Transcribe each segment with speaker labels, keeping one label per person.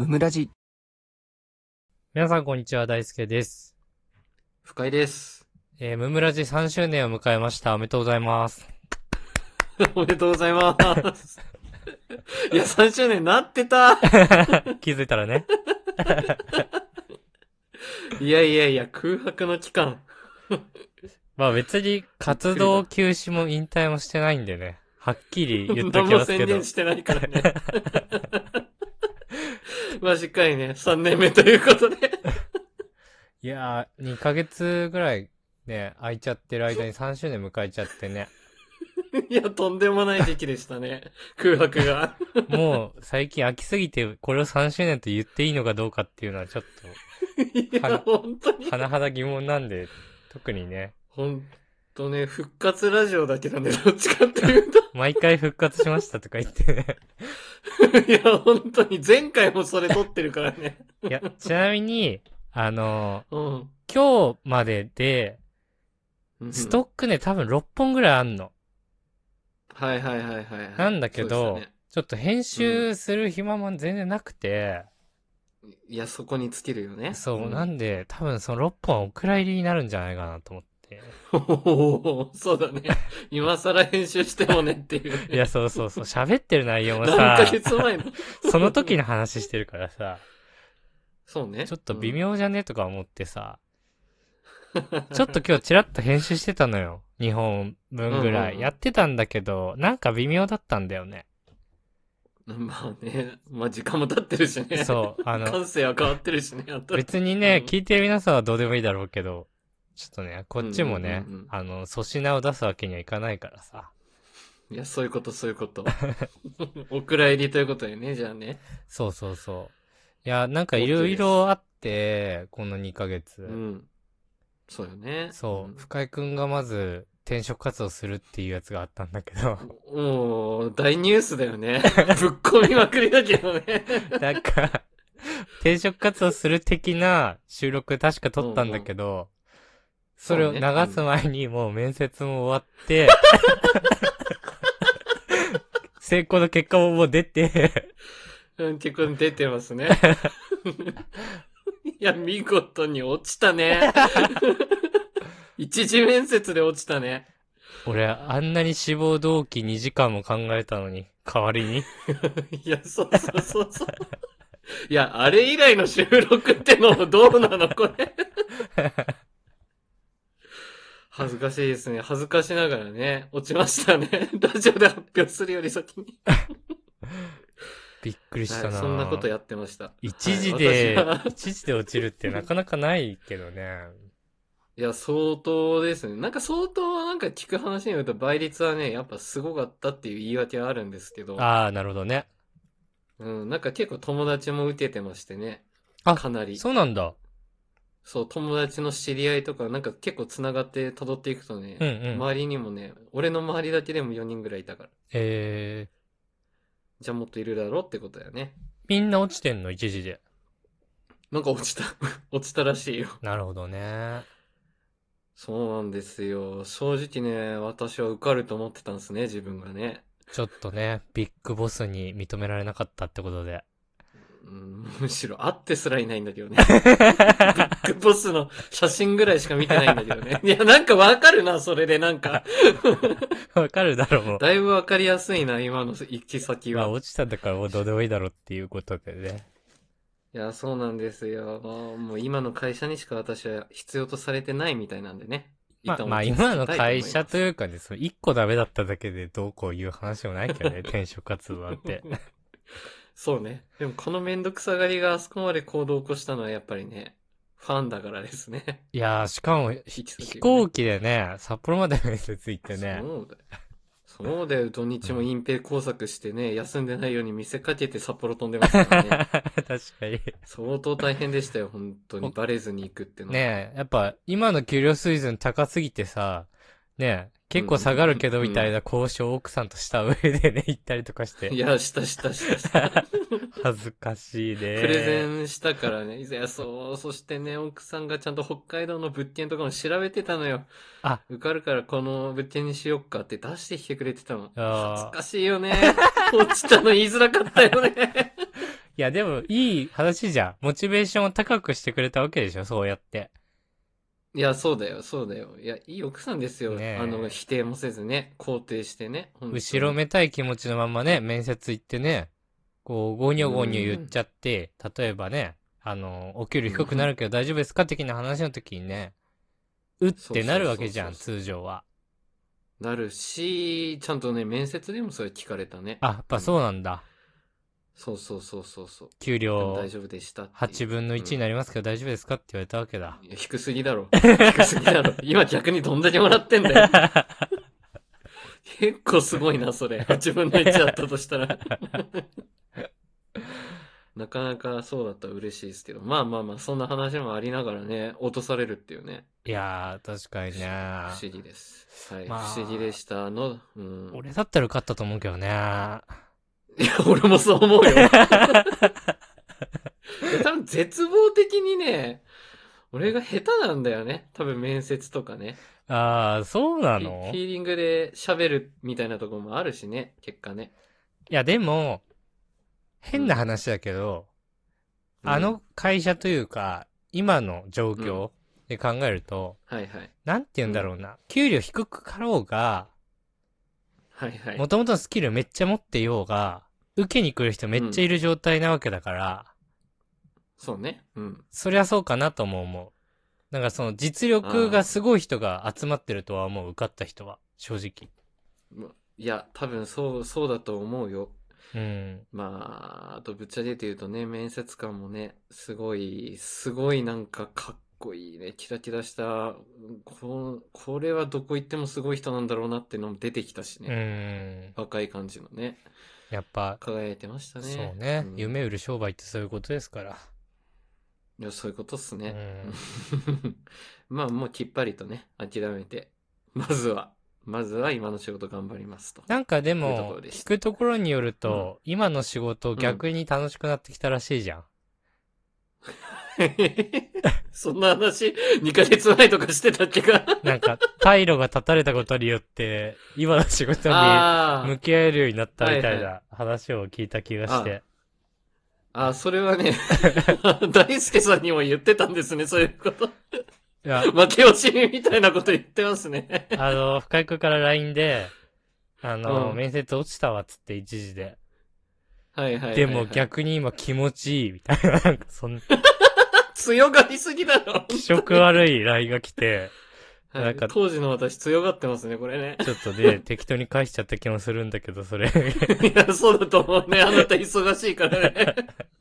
Speaker 1: ムラジ。
Speaker 2: 皆さんこんにちは、大輔です。
Speaker 3: 深井です。
Speaker 2: ムムラジ3周年を迎えました。おめでとうございます。
Speaker 3: おめでとうございます。いや、3周年なってた。
Speaker 2: 気づいたらね。
Speaker 3: いやいやいや、空白の期間。
Speaker 2: まあ別に活動休止も引退もしてないんでね。はっきり言っと
Speaker 3: 何も
Speaker 2: きますけど。
Speaker 3: 宣言してないからね。まあしっかりね、3年目ということで。
Speaker 2: いやー、2ヶ月ぐらいね、空いちゃってる間に3周年迎えちゃってね。
Speaker 3: いや、とんでもない時期でしたね。空白が。
Speaker 2: もう最近飽きすぎて、これを3周年と言っていいのかどうかっていうのはちょっ
Speaker 3: いや、本当に。
Speaker 2: と、甚だ疑問なんで、特にね。
Speaker 3: ほんとね、復活ラジオだけどね、どっちかっていうと。
Speaker 2: 毎回復活しましたとか言ってね。
Speaker 3: いや、本当に前回もそれ撮ってるからね。
Speaker 2: いや、ちなみに、
Speaker 3: うん。
Speaker 2: 今日までで、ストックね、多分6本ぐらいあんの。
Speaker 3: はいはいはいはいはい。
Speaker 2: なんだけど、
Speaker 3: そうでしたね。
Speaker 2: ちょっと編集する暇も全然なくて、
Speaker 3: いや、そこに尽きるよね。
Speaker 2: そう、なんで、多分その6本はお蔵入りになるんじゃないかなと思って。
Speaker 3: おーそうだね。今更編集してもねっていうね。
Speaker 2: いや、そうそうそう、喋ってる内容も
Speaker 3: 何
Speaker 2: さ、
Speaker 3: ヶ月前の。
Speaker 2: その時の話してるからさ、
Speaker 3: そうね。
Speaker 2: ちょっと微妙じゃねとか思ってさ、ちょっと今日チラッと編集してたのよ。2本分ぐらい。やってたんだけど、なんか微妙だったんだよね。
Speaker 3: まあね。まあ時間も経ってるしね。
Speaker 2: そう、
Speaker 3: 感性は変わってるしね。あと
Speaker 2: 別にね、聞いてる皆さんはどうでもいいだろうけど、ちょっとね、こっちもね、
Speaker 3: うんうんうん
Speaker 2: 粗品を出すわけにはいかないからさ。
Speaker 3: いや、そういうこと、そういうこと。お蔵入りということでね、じゃあね。
Speaker 2: そうそうそう。いや、なんかい
Speaker 3: OK
Speaker 2: ろい
Speaker 3: です。
Speaker 2: ろあって、この2ヶ月。
Speaker 3: うん。そうよね。
Speaker 2: そう、深井くんがまず転職活動するっていうやつがあったんだけど。
Speaker 3: もう、大ニュースだよね。ぶっ込みまくりだけどね。
Speaker 2: なんか、転職活動する的な収録確か撮ったんだけど、それを流す前にもう面接も終わって、成功の結果ももう出て、
Speaker 3: うん、結構出てますね。いや、見事に落ちたね。一次面接で落ちたね。
Speaker 2: 俺、あんなに志望動機2時間も考えたのに、代わりに。
Speaker 3: いや、そうそうそうそう。いや、あれ以来の収録ってのもどうなのこれ。恥ずかしいですね。恥ずかしながらね、落ちましたね。ラジオで発表するより先に。
Speaker 2: びっくりした
Speaker 3: はい、
Speaker 2: な
Speaker 3: そんなこと
Speaker 2: ぁ。
Speaker 3: やってました。
Speaker 2: 一時
Speaker 3: はい、
Speaker 2: で、
Speaker 3: 私は
Speaker 2: 一時で落ちるってなかなかないけどね。
Speaker 3: いや、相当ですね。なんか相当なんか聞く話によると倍率はね、やっぱすごかったっていう言い訳はあるんですけど、
Speaker 2: ああ、なるほどね。
Speaker 3: うん、なんか結構友達も受けてましてね。
Speaker 2: あ、
Speaker 3: かなり。
Speaker 2: そうなんだ。
Speaker 3: そう、友達の知り合いとか、なんか結構繋がって辿っていくとね、
Speaker 2: うんうん。
Speaker 3: 周りにもね、俺の周りだけでも4人ぐらいいたから。じゃあもっといるだろうってことだよね。
Speaker 2: みんな落ちてんの一時で。
Speaker 3: なんか落ちた。落ちたらしいよ。
Speaker 2: なるほどね。
Speaker 3: そうなんですよ。正直ね、私は受かると思ってたんですね、自分がね。
Speaker 2: ちょっとね、ビッグボスに認められなかったってことで。
Speaker 3: うん、むしろ会ってすらいないんだけどね。ビッグボスの写真ぐらいしか見てないんだけどね。いや、なんかわかるな、それでなんか。
Speaker 2: わかるだろう、もう。
Speaker 3: だいぶわかりやすいな、今の行き先
Speaker 2: まあ、
Speaker 3: は。
Speaker 2: 落ちたんだからもうどうでもいいだろうっていうことでね。
Speaker 3: いや、そうなんですよ。もう今の会社にしか私は必要とされてないみたいなんでね。一旦
Speaker 2: まあ、
Speaker 3: 落ち
Speaker 2: 今の
Speaker 3: 着きたいと思
Speaker 2: 会社
Speaker 3: います。
Speaker 2: というかね、その一個ダメだっただけでどうこういう話もないけどね、転職活動なんて。
Speaker 3: そうね。でもこのめんどくさがりがあそこまで行動を起こしたのはやっぱりね、ファンだからですね。
Speaker 2: いやー、しかも、
Speaker 3: 行き
Speaker 2: 飛
Speaker 3: 先がね。
Speaker 2: 行機でね、札幌まで面接行ってね。
Speaker 3: そうだよ。そうだよ。土日も隠蔽工作してね、休んでないように見せかけて札幌飛んでますからね。
Speaker 2: 確かに。
Speaker 3: 相当大変でしたよ、本当に。バレずに行くってのは。
Speaker 2: ねえ、やっぱ今の給料水準高すぎてさ、ねえ、結構下がるけどみたいな交渉を奥さんとした上でね、行ったりとかして。
Speaker 3: いや、した。
Speaker 2: 恥ずかしいね。
Speaker 3: プレゼンしたからね。いや、そう、そしてね、奥さんがちゃんと北海道の物件とかも調べてたのよ。
Speaker 2: あ、
Speaker 3: 受かるからこの物件にしよっかって出してきてくれてたの。恥ず
Speaker 2: あ
Speaker 3: かしいよね。落ちたの言いづらかったよね。
Speaker 2: や、でも、いい話じゃん。モチベーションを高くしてくれたわけでしょ、そうやって。
Speaker 3: いや、そうだよ、そうだよ。いや、いい奥さんですよ。
Speaker 2: ねえ。
Speaker 3: 否定もせずね、肯定してね、本当に。
Speaker 2: 後ろめたい気持ちのままね、面接行ってね、こう、ゴニ
Speaker 3: う
Speaker 2: ョゴニョ言っ
Speaker 3: ん。
Speaker 2: ちゃって、例えばね、お給料
Speaker 3: うん。
Speaker 2: 低くなるけど大丈夫ですか的な話の時にね、うってな
Speaker 3: そうそう
Speaker 2: るわけじゃん、
Speaker 3: そうそうそ
Speaker 2: 通常は。
Speaker 3: う。なるし、ちゃんとね、面接でもそれ聞かれたね。
Speaker 2: あ、やっぱそうなんだ。
Speaker 3: そうそうそうそうそう。
Speaker 2: 給料
Speaker 3: でも大丈夫でしたってい
Speaker 2: 8
Speaker 3: う。
Speaker 2: 分の1に
Speaker 3: うん。
Speaker 2: なりますけど大丈夫ですかって言われたわけだ。
Speaker 3: いや低すぎだろ。低すぎだろ。今逆にどんだけもらってんだよ。結構すごいな、それ。8分の1だったとしたら。なかなかそうだったら嬉しいですけど。まあまあまあ、そんな話もありながらね、落とされるっていうね。
Speaker 2: いやー、確かにね。
Speaker 3: 不思議です。はい、不思議で
Speaker 2: まあ、
Speaker 3: したの。うん。
Speaker 2: 俺だったら勝ったと思うけどね。
Speaker 3: いや、俺もそう思うよ。いや、多分絶望的にね、俺が下手なんだよね。多分面接とかね。
Speaker 2: ああ、そうな
Speaker 3: フ
Speaker 2: の？
Speaker 3: ィーリングで喋るみたいなところもあるしね、結果ね。
Speaker 2: いや、でも、変な
Speaker 3: うん。
Speaker 2: 話だけど、
Speaker 3: うん。
Speaker 2: あの会社というか、今の状
Speaker 3: うん。
Speaker 2: 況で考えると、
Speaker 3: はいはい。
Speaker 2: なんて言うんだ
Speaker 3: うん。
Speaker 2: ろうな。給料低くかろうが、
Speaker 3: はいはい。
Speaker 2: もともとのスキルめっちゃ持っていようが、受けに来る人め
Speaker 3: うん。
Speaker 2: っちゃいる状態なわけだから、
Speaker 3: そうね。うん。
Speaker 2: そりゃそうかなとも思う。なんかその実力が
Speaker 3: ああ。
Speaker 2: すごい人が集まってるとは思う、受かった人は。正直。
Speaker 3: いや、多分そうだと思うよ。
Speaker 2: うん。
Speaker 3: まあ、あとぶっちゃけて言うとね、面接官もね、すごいなんかかっこいいね、キラキラした、これはどこ行ってもすごい人なんだろうなってのも出てきたし
Speaker 2: う
Speaker 3: ね。
Speaker 2: ん。
Speaker 3: 若い感じのね、
Speaker 2: やっぱ、
Speaker 3: 輝いてましたね。う
Speaker 2: そうね。
Speaker 3: ん。
Speaker 2: 夢売る商売ってそういうことですから。
Speaker 3: いや、そういうことっす
Speaker 2: う
Speaker 3: ね。
Speaker 2: ん。
Speaker 3: まあ、もうきっぱりとね、諦めて、まずは今の仕事頑張りますと
Speaker 2: なんかで
Speaker 3: いうとこ
Speaker 2: も、
Speaker 3: ろでした。
Speaker 2: 聞くところによる
Speaker 3: うん。
Speaker 2: と、今の仕事
Speaker 3: うん。
Speaker 2: 逆に楽しくなってきたらしいじゃん。
Speaker 3: そんな話、2ヶ月前とかしてたっけか？
Speaker 2: なんか、退路が断たれたことによって、今の仕事に向
Speaker 3: あ
Speaker 2: き合えるようになっ
Speaker 3: あ、
Speaker 2: たみたい
Speaker 3: はいはい。
Speaker 2: な話を聞いた気がし
Speaker 3: あ
Speaker 2: て。
Speaker 3: あ、それはね、大輔さんにも言ってたんですね、そういうこと。
Speaker 2: いや、
Speaker 3: 負け惜しみみたいなこと言ってますね。
Speaker 2: 深井くんから LINE で、
Speaker 3: うん。
Speaker 2: 面接落ちたわっつって一時で。
Speaker 3: はいはい
Speaker 2: でも
Speaker 3: はいはい。
Speaker 2: 逆に今気持ちいいみたいな、なんかそん、
Speaker 3: 強がりすぎだろ、
Speaker 2: 気
Speaker 3: 本当に。
Speaker 2: 色悪い LINE が来て、
Speaker 3: はい。
Speaker 2: なんか、
Speaker 3: 当時の私強がってますね、これね。
Speaker 2: ちょっとね、適当に返しちゃった気もするんだけど、それ。
Speaker 3: いや、そうだと思うね。あなた忙しいからね。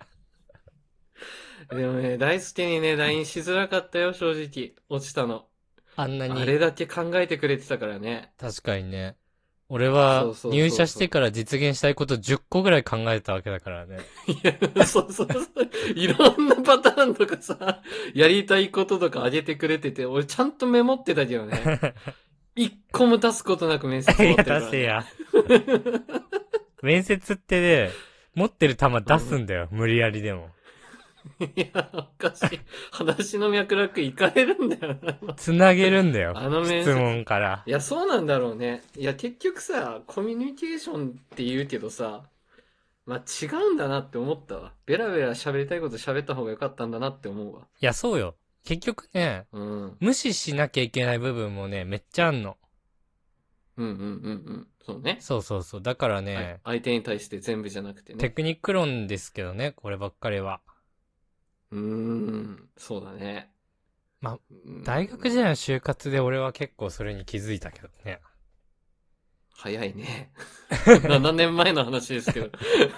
Speaker 3: でもね、大輔にね、LINE しづらかったよ、正直。落ちたの。
Speaker 2: あんなに、
Speaker 3: あれだけ考えてくれてたからね。
Speaker 2: 確かにね。俺は
Speaker 3: そうそう
Speaker 2: 入
Speaker 3: そうそう。
Speaker 2: 社してから実現したいこと10個ぐらい考えたわけだからね。
Speaker 3: いや、そうそうそう。いろんなパターンとかさ、やりたいこととかあげてくれてて、俺ちゃんとメモってたけどね。一個も出すことなく面接終
Speaker 2: いや、
Speaker 3: わってるからね。
Speaker 2: 出せや。面接ってね、持ってる球
Speaker 3: うん。
Speaker 2: 出すんだよ。無理やりでも。
Speaker 3: いや、おかしい。話の脈絡いかれるんだよな。
Speaker 2: つなげるんだよ。
Speaker 3: あの面
Speaker 2: 質
Speaker 3: 接。
Speaker 2: 問から。
Speaker 3: いや、そうなんだろうね。いや、結局さ、コミュニケーションって言うけどさ、まあ違うんだなって思ったわ。ベラベラ喋りたいこと喋った方が良かったんだなって思うわ。
Speaker 2: いや、そうよ。結局ね、
Speaker 3: うん。うん
Speaker 2: 無視しなきゃいけない部分もね、めっちゃあんの。
Speaker 3: うんうんうん。そうね。
Speaker 2: そうそうそう。だから
Speaker 3: はい。
Speaker 2: ね、
Speaker 3: 相手に対して全部じゃなくてね。
Speaker 2: テクニック論ですけどね、こればっかりは。
Speaker 3: うーん。そうだね。
Speaker 2: まあ、
Speaker 3: うー
Speaker 2: 大学時代
Speaker 3: ん。
Speaker 2: の就活で俺は結構それに気づいたけどね。
Speaker 3: 早いね。7年前の話ですけど。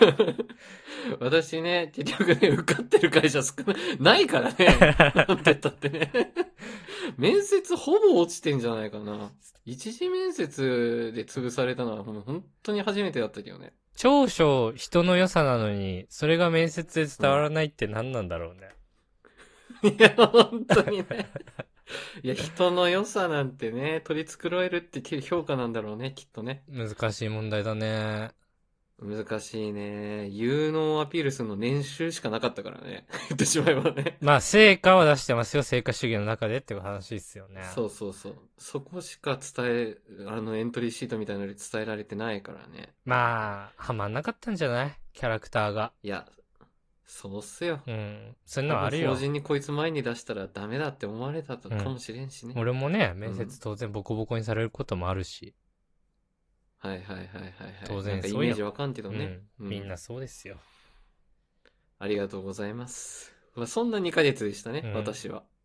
Speaker 3: 私ね、結局ね、受かってる会社ないからね。なんて言ったってね。面接ほぼ落ちてんじゃないかな。一次面接で潰されたのはもう本当に初めてだったけどね。
Speaker 2: 長所人の良さなのに、それが面接で伝わ
Speaker 3: うん。
Speaker 2: らないって何なんだろうね。
Speaker 3: いや、本当にね。いや、人の良さなんてね、取り繕えるって評価なんだろうね、きっとね。
Speaker 2: 難しい問題だね。
Speaker 3: 難しいね。有能をアピールするの年収しかなかったからね。言ってしまえばね。
Speaker 2: まあ、成果は出してますよ、成果主義の中でっていう話ですよね。
Speaker 3: そうそうそう。そこしかエントリーシートみたいなので伝えられてないからね。
Speaker 2: まあ、はまんなかったんじゃないキャラクターが。
Speaker 3: いや、 そうっすよ。
Speaker 2: うん。そういう
Speaker 3: 多分法
Speaker 2: のあるよ。
Speaker 3: 人にこいつ前に出したらダメだって思われたかもしれんしね。
Speaker 2: 俺もね、面
Speaker 3: うん。
Speaker 2: 接当然ボコボコにされることもあるし、
Speaker 3: はいはいはいはいは
Speaker 2: 当
Speaker 3: い。なん
Speaker 2: 然そうよ。
Speaker 3: かイメージわかんけどね。
Speaker 2: うん。
Speaker 3: うん。
Speaker 2: みんなそうですよ。
Speaker 3: ありがとうございます。まあ、そんな2ヶ月でしたね、
Speaker 2: うん。
Speaker 3: 私は。